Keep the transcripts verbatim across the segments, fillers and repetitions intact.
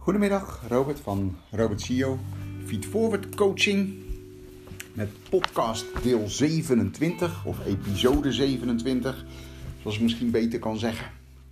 Goedemiddag, Robert van Robert C E O, Feed Forward Coaching met podcast deel zevenentwintig of episode zevenentwintig, zoals ik misschien beter kan zeggen.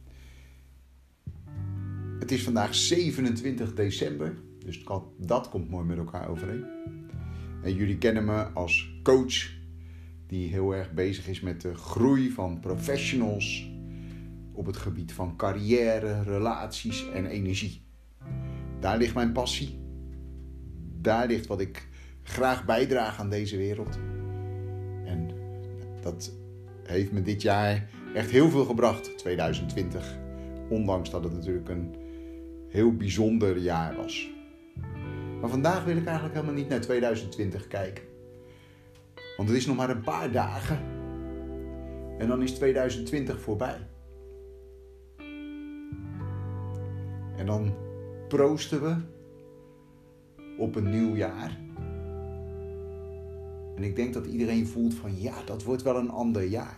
Het is vandaag zevenentwintig december, dus dat komt mooi met elkaar overeen. En jullie kennen me als coach die heel erg bezig is met de groei van professionals op het gebied van carrière, relaties en energie. Daar ligt mijn passie. Daar ligt wat ik graag bijdraag aan deze wereld. En dat heeft me dit jaar echt heel veel gebracht, tweeduizend twintig. Ondanks dat het natuurlijk een heel bijzonder jaar was. Maar vandaag wil ik eigenlijk helemaal niet naar tweeduizend twintig kijken. Want het is nog maar een paar dagen. En dan is tweeduizend twintig voorbij. En dan proosten we op een nieuw jaar. En ik denk dat iedereen voelt van ja, dat wordt wel een ander jaar.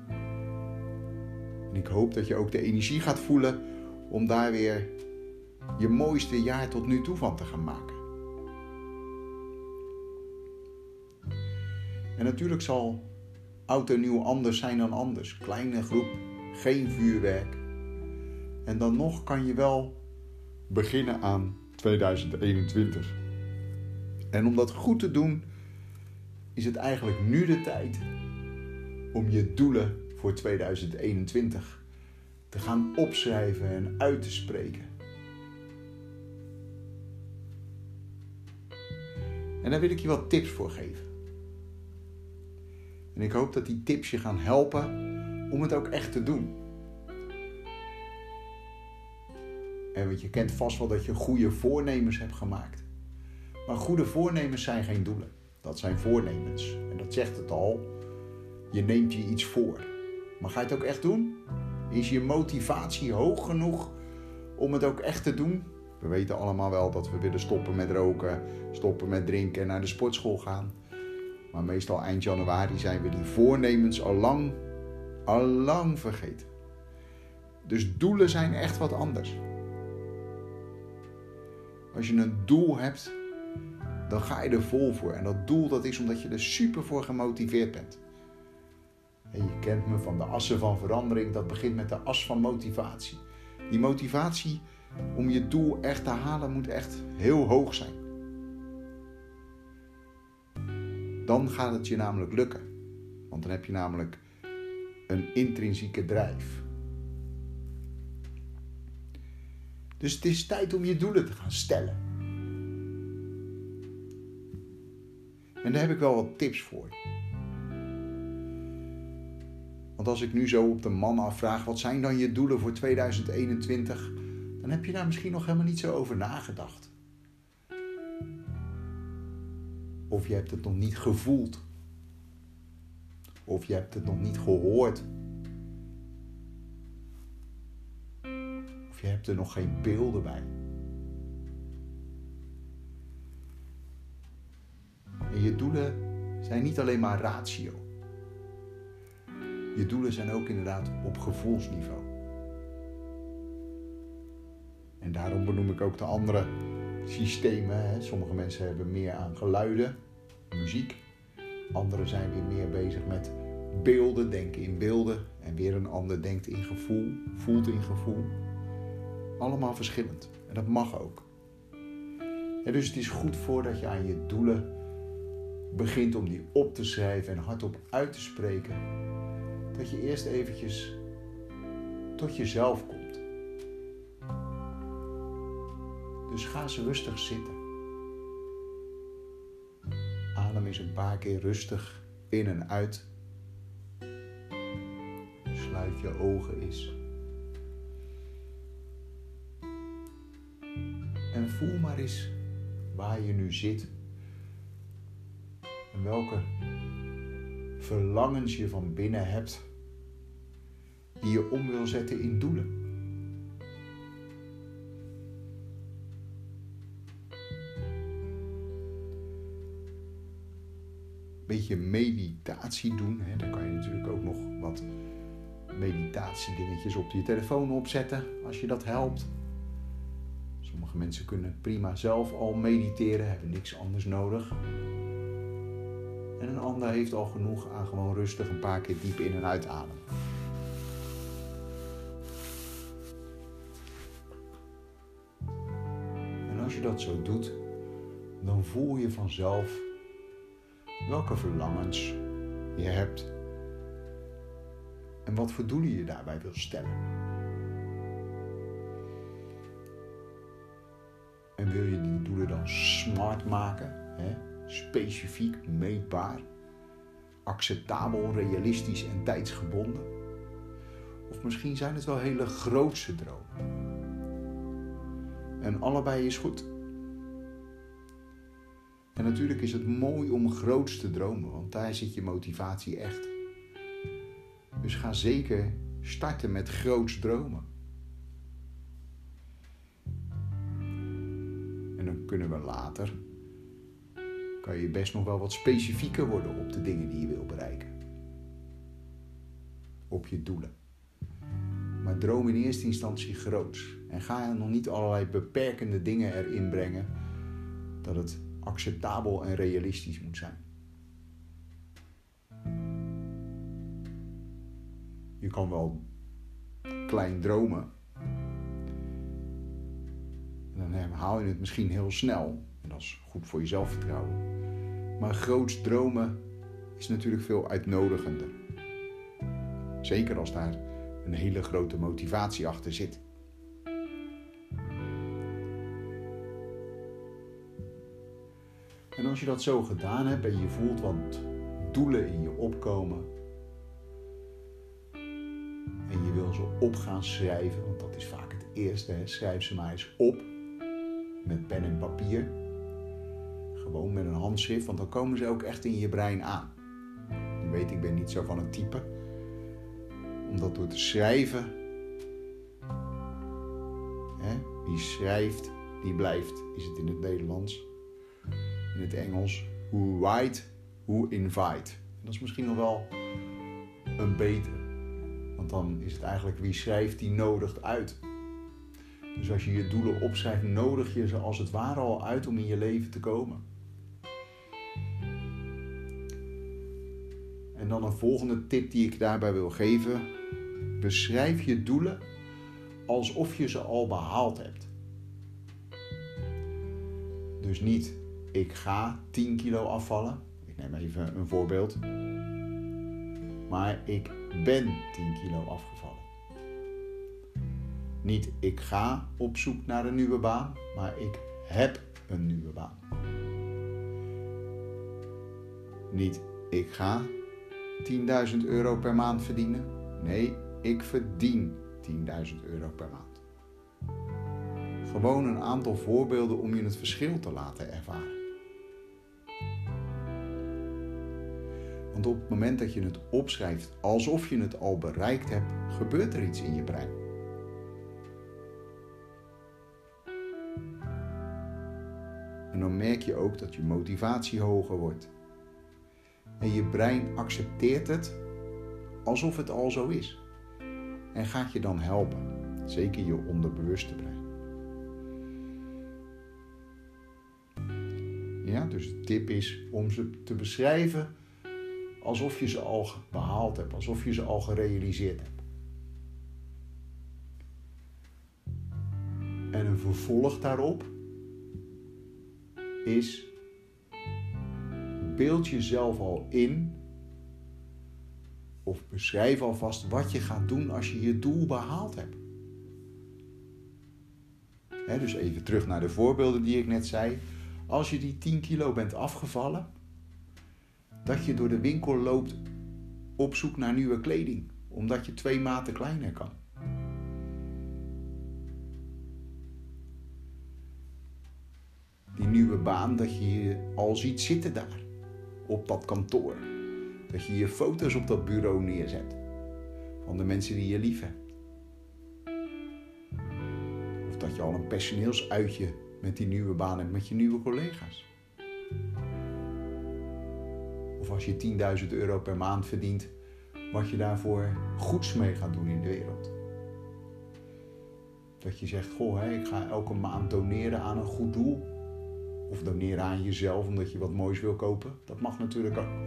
En ik hoop dat je ook de energie gaat voelen om daar weer je mooiste jaar tot nu toe van te gaan maken. En natuurlijk zal oud en nieuw anders zijn dan anders. Kleine groep, geen vuurwerk. En dan nog kan je wel beginnen aan tweeduizend eenentwintig. En om dat goed te doen, is het eigenlijk nu de tijd om je doelen voor tweeduizend eenentwintig te gaan opschrijven en uit te spreken. En daar wil ik je wat tips voor geven. En ik hoop dat die tips je gaan helpen om het ook echt te doen. En want je kent vast wel dat je goede voornemens hebt gemaakt. Maar goede voornemens zijn geen doelen. Dat zijn voornemens. En dat zegt het al. Je neemt je iets voor. Maar ga je het ook echt doen? Is je motivatie hoog genoeg om het ook echt te doen? We weten allemaal wel dat we willen stoppen met roken, stoppen met drinken en naar de sportschool gaan. Maar meestal eind januari zijn we die voornemens al lang, al lang vergeten. Dus doelen zijn echt wat anders. Als je een doel hebt, dan ga je er vol voor. En dat doel dat is omdat je er super voor gemotiveerd bent. En je kent me van de assen van verandering. Dat begint met de as van motivatie. Die motivatie om je doel echt te halen moet echt heel hoog zijn. Dan gaat het je namelijk lukken. Want dan heb je namelijk een intrinsieke drijf. Dus het is tijd om je doelen te gaan stellen. En daar heb ik wel wat tips voor. Want als ik nu zo op de man afvraag, wat zijn dan je doelen voor tweeduizend eenentwintig? Dan heb je daar misschien nog helemaal niet zo over nagedacht. Of je hebt het nog niet gevoeld. Of je hebt het nog niet gehoord. Of je hebt er nog geen beelden bij. En je doelen zijn niet alleen maar ratio. Je doelen zijn ook inderdaad op gevoelsniveau. En daarom benoem ik ook de andere systemen. Sommige mensen hebben meer aan geluiden, muziek. Anderen zijn weer meer bezig met beelden, denken in beelden. En weer een ander denkt in gevoel, voelt in gevoel. Allemaal verschillend. En dat mag ook. En dus het is goed voordat je aan je doelen begint om die op te schrijven en hardop uit te spreken, dat je eerst eventjes tot jezelf komt. Dus ga eens rustig zitten. Adem eens een paar keer rustig in en uit. Sluit je ogen eens. En voel maar eens waar je nu zit. En welke verlangens je van binnen hebt die je om wil zetten in doelen. Beetje meditatie doen. Hè. Daar kan je natuurlijk ook nog wat meditatiedingetjes op je telefoon opzetten als je dat helpt. Sommige Sommige mensen kunnen prima zelf al mediteren, hebben niks anders nodig. En een ander heeft al genoeg aan gewoon rustig een paar keer diep in en uitademen. En als je dat zo doet, dan voel je vanzelf welke verlangens je hebt en wat voor doelen je daarbij wil stellen. En wil je die doelen dan smart maken, hè? Specifiek, meetbaar, acceptabel, realistisch en tijdsgebonden? Of misschien zijn het wel hele grootse dromen. En allebei is goed. En natuurlijk is het mooi om groots te dromen, want daar zit je motivatie echt. Dus ga zeker starten met groots dromen. En dan kunnen we later, kan je best nog wel wat specifieker worden op de dingen die je wil bereiken. Op je doelen. Maar droom in eerste instantie groots. En ga nog niet allerlei beperkende dingen erin brengen dat het acceptabel en realistisch moet zijn. Je kan wel klein dromen. En dan haal je het misschien heel snel. En dat is goed voor je zelfvertrouwen. Maar groots dromen is natuurlijk veel uitnodigender. Zeker als daar een hele grote motivatie achter zit. En als je dat zo gedaan hebt en je voelt wat doelen in je opkomen en je wil ze op gaan schrijven, want dat is vaak het eerste, hè? Schrijf ze maar eens op met pen en papier, gewoon met een handschrift, want dan komen ze ook echt in je brein aan. Je weet, ik ben niet zo van het typen, omdat door te schrijven, hè, wie schrijft, die blijft, is het in het Nederlands. In het Engels, who write, who invite. En dat is misschien nog wel een betere. Want dan is het eigenlijk wie schrijft, die nodigt uit. Dus als je je doelen opschrijft, nodig je ze als het ware al uit om in je leven te komen. En dan een volgende tip die ik daarbij wil geven. Beschrijf je doelen alsof je ze al behaald hebt. Dus niet, ik ga tien kilo afvallen. Ik neem even een voorbeeld. Maar ik ben tien kilo afgevallen. Niet, ik ga op zoek naar een nieuwe baan, maar ik heb een nieuwe baan. Niet, ik ga tienduizend euro per maand verdienen. Nee, ik verdien tienduizend euro per maand. Gewoon een aantal voorbeelden om je het verschil te laten ervaren. Want op het moment dat je het opschrijft alsof je het al bereikt hebt, gebeurt er iets in je brein. En dan merk je ook dat je motivatie hoger wordt. En je brein accepteert het alsof het al zo is. En gaat je dan helpen. Zeker je onderbewuste brein. Ja, dus de tip is om ze te beschrijven alsof je ze al behaald hebt. Alsof je ze al gerealiseerd hebt. En een vervolg daarop is: beeld jezelf al in of beschrijf alvast wat je gaat doen als je je doel behaald hebt. He, dus even terug naar de voorbeelden die ik net zei. Als je die tien kilo bent afgevallen, dat je door de winkel loopt op zoek naar nieuwe kleding, omdat je twee maten kleiner kan. Die nieuwe baan, dat je je al ziet zitten daar, op dat kantoor. Dat je je foto's op dat bureau neerzet, van de mensen die je lief hebt. Of dat je al een personeelsuitje met die nieuwe baan hebt met je nieuwe collega's. Of als je tienduizend euro per maand verdient, wat je daarvoor goeds mee gaat doen in de wereld. Dat je zegt, goh, hè, ik ga elke maand doneren aan een goed doel. Of doneren aan jezelf omdat je wat moois wil kopen. Dat mag natuurlijk ook.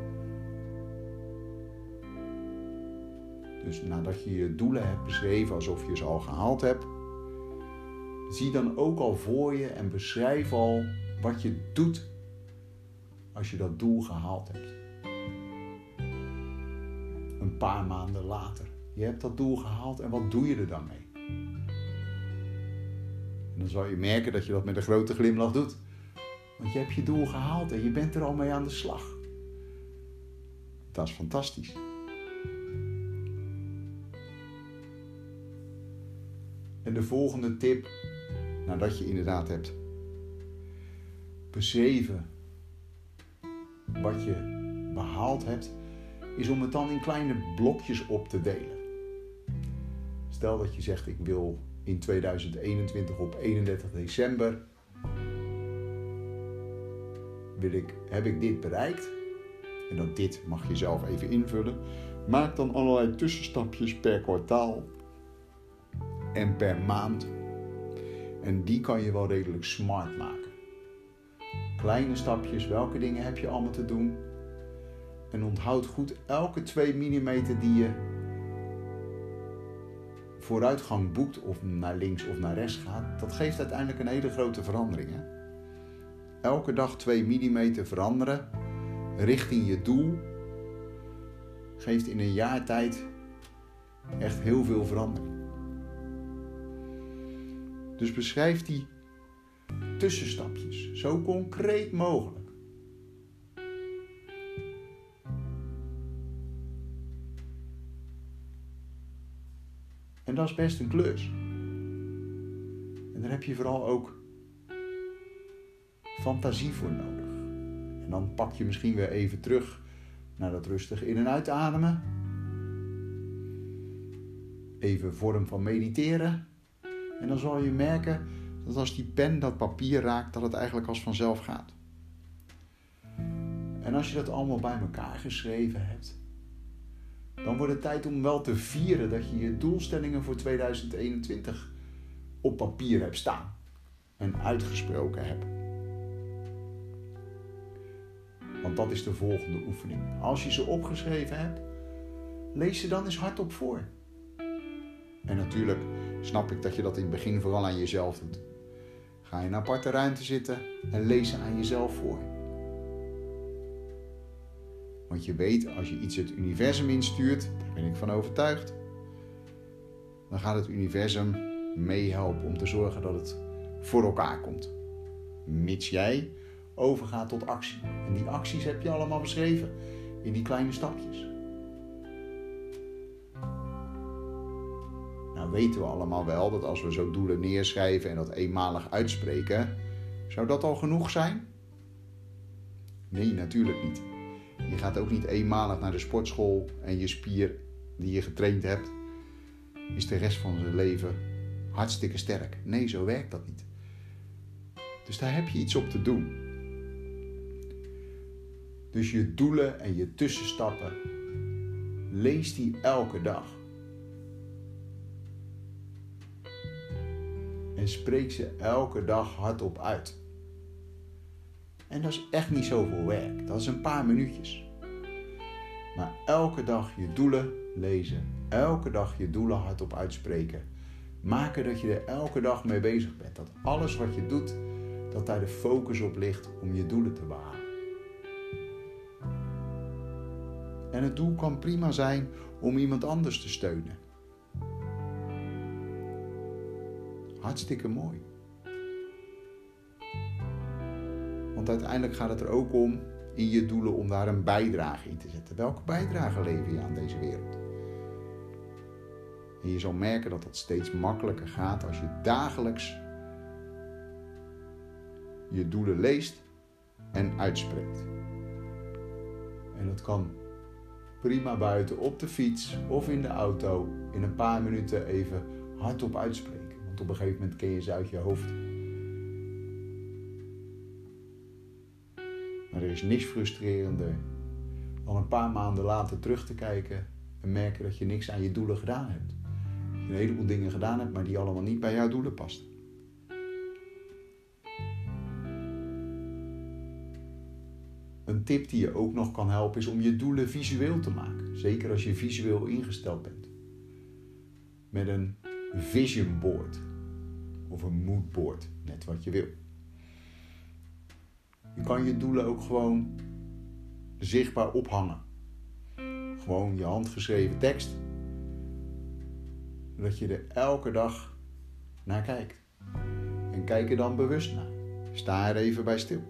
Dus nadat je je doelen hebt beschreven alsof je ze al gehaald hebt, zie dan ook al voor je en beschrijf al wat je doet als je dat doel gehaald hebt. Een paar maanden later. Je hebt dat doel gehaald en wat doe je er dan mee? En dan zal je merken dat je dat met een grote glimlach doet. Want je hebt je doel gehaald en je bent er al mee aan de slag. Dat is fantastisch. En de volgende tip, nadat je inderdaad hebt beschreven wat je behaald hebt, is om het dan in kleine blokjes op te delen. Stel dat je zegt, ik wil in tweeduizend eenentwintig op eenendertig december, wil ik, heb ik dit bereikt. En dat dit mag je zelf even invullen. Maak dan allerlei tussenstapjes per kwartaal en per maand. En die kan je wel redelijk smart maken. Kleine stapjes, welke dingen heb je allemaal te doen? En onthoud goed, elke twee millimeter die je vooruitgang boekt, of naar links of naar rechts gaat, dat geeft uiteindelijk een hele grote verandering. Hè? Elke dag twee millimeter veranderen richting je doel geeft in een jaar tijd echt heel veel verandering. Dus beschrijf die tussenstapjes zo concreet mogelijk. En dat is best een klus. En daar heb je vooral ook fantasie voor nodig. En dan pak je misschien weer even terug naar dat rustig in- en uitademen. Even een vorm van mediteren. En dan zal je merken dat als die pen dat papier raakt, dat het eigenlijk als vanzelf gaat. En als je dat allemaal bij elkaar geschreven hebt, dan wordt het tijd om wel te vieren dat je je doelstellingen voor tweeduizend eenentwintig op papier hebt staan en uitgesproken hebt. Want dat is de volgende oefening. Als je ze opgeschreven hebt, lees ze dan eens hardop voor. En natuurlijk snap ik dat je dat in het begin vooral aan jezelf doet. Ga je in een aparte ruimte zitten en lees ze aan jezelf voor. Want je weet, als je iets het universum instuurt, daar ben ik van overtuigd, dan gaat het universum meehelpen om te zorgen dat het voor elkaar komt. Mits jij overgaat tot actie. En die acties heb je allemaal beschreven in die kleine stapjes. Nou weten we allemaal wel dat als we zo doelen neerschrijven en dat eenmalig uitspreken, zou dat al genoeg zijn? Nee, natuurlijk niet. Je gaat ook niet eenmalig naar de sportschool en je spier die je getraind hebt is de rest van zijn leven hartstikke sterk. Nee, zo werkt dat niet. Dus daar heb je iets op te doen. Dus je doelen en je tussenstappen, lees die elke dag. En spreek ze elke dag hardop uit. En dat is echt niet zoveel werk. Dat is een paar minuutjes. Maar elke dag je doelen lezen. Elke dag je doelen hardop uitspreken. Maken dat je er elke dag mee bezig bent. Dat alles wat je doet, dat daar de focus op ligt om je doelen te behalen. En het doel kan prima zijn om iemand anders te steunen. Hartstikke mooi. Want uiteindelijk gaat het er ook om in je doelen om daar een bijdrage in te zetten. Welke bijdrage lever je aan deze wereld? En je zal merken dat dat steeds makkelijker gaat als je dagelijks je doelen leest en uitspreekt. En dat kan prima buiten op de fiets of in de auto in een paar minuten even hardop uitspreken. Want op een gegeven moment ken je ze uit je hoofd. Maar er is niks frustrerender dan een paar maanden later terug te kijken en merken dat je niks aan je doelen gedaan hebt. een heleboel dingen gedaan hebt, maar die allemaal niet bij jouw doelen pasten. Een tip die je ook nog kan helpen is om je doelen visueel te maken. Zeker als je visueel ingesteld bent. Met een vision board. Of een mood board. Net wat je wil. Je kan je doelen ook gewoon zichtbaar ophangen. Gewoon je handgeschreven tekst. Zodat je er elke dag naar kijkt. En kijk er dan bewust naar. Sta er even bij stil.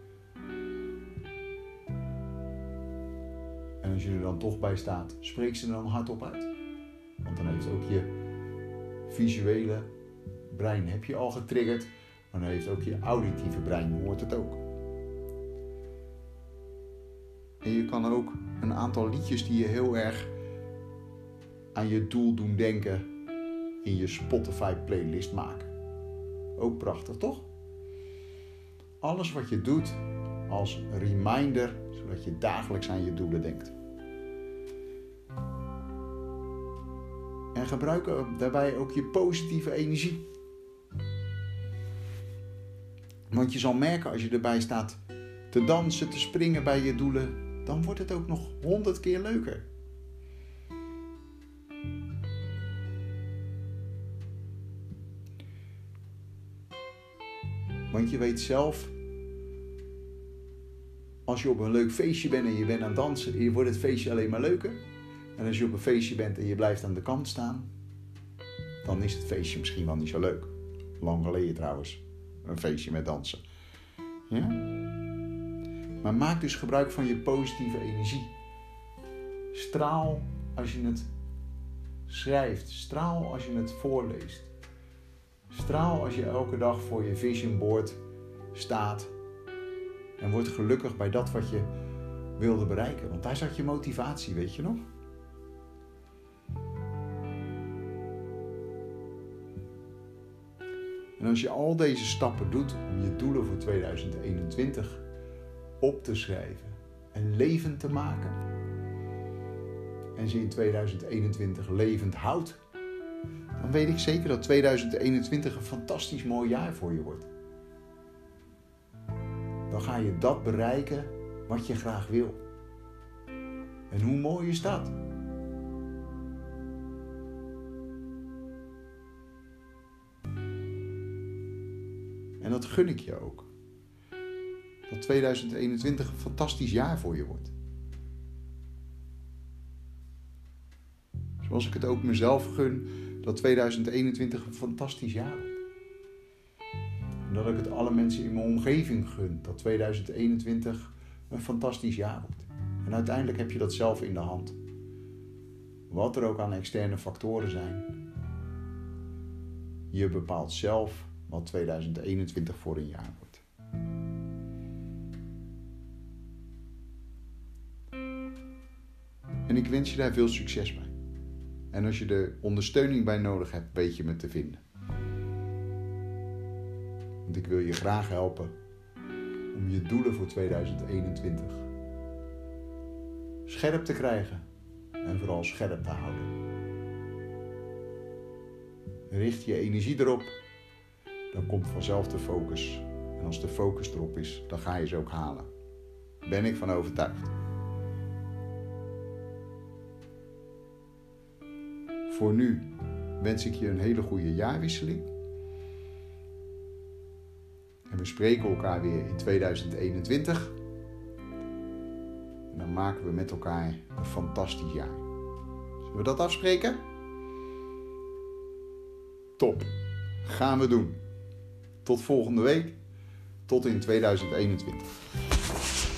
En als je er dan toch bij staat, spreek ze er dan hardop uit. Want dan heeft ook je visuele brein, heb je al getriggerd, maar dan heeft ook je auditieve brein, hoort het ook. En je kan ook een aantal liedjes die je heel erg aan je doel doen denken in je Spotify playlist maken. Ook prachtig, toch? Alles wat je doet als reminder, zodat je dagelijks aan je doelen denkt. En gebruik daarbij ook je positieve energie. Want je zal merken als je erbij staat te dansen, te springen bij je doelen, dan wordt het ook nog honderd keer leuker. Want je weet zelf, als je op een leuk feestje bent en je bent aan het dansen, wordt het feestje alleen maar leuker. En als je op een feestje bent en je blijft aan de kant staan, dan is het feestje misschien wel niet zo leuk. Lang geleden trouwens, een feestje met dansen. Ja? Maar maak dus gebruik van je positieve energie. Straal als je het schrijft. Straal als je het voorleest. Straal als je elke dag voor je vision board staat. En word gelukkig bij dat wat je wilde bereiken. Want daar zat je motivatie, weet je nog? En als je al deze stappen doet om je doelen voor tweeduizend eenentwintig op te schrijven en levend te maken. En ze in tweeduizend eenentwintig levend houdt. Dan weet ik zeker dat tweeduizend eenentwintig een fantastisch mooi jaar voor je wordt. Dan ga je dat bereiken wat je graag wil. En hoe mooi is dat? En dat gun ik je ook. Dat tweeduizend eenentwintig een fantastisch jaar voor je wordt. Zoals ik het ook mezelf gun, dat tweeduizend eenentwintig een fantastisch jaar wordt. En dat ik het alle mensen in mijn omgeving gun, dat tweeduizend eenentwintig een fantastisch jaar wordt. En uiteindelijk heb je dat zelf in de hand. Wat er ook aan externe factoren zijn. Je bepaalt zelf wat tweeduizend eenentwintig voor een jaar wordt. En ik wens je daar veel succes bij. En als je er ondersteuning bij nodig hebt, weet je me te vinden. Want ik wil je graag helpen om je doelen voor tweeduizend eenentwintig scherp te krijgen en vooral scherp te houden. Richt je energie erop, dan komt vanzelf de focus. En als de focus erop is, dan ga je ze ook halen. Daar ben ik van overtuigd. Voor nu wens ik je een hele goede jaarwisseling. En we spreken elkaar weer in tweeduizend eenentwintig. En dan maken we met elkaar een fantastisch jaar. Zullen we dat afspreken? Top. Gaan we doen. Tot volgende week. Tot in tweeduizend eenentwintig.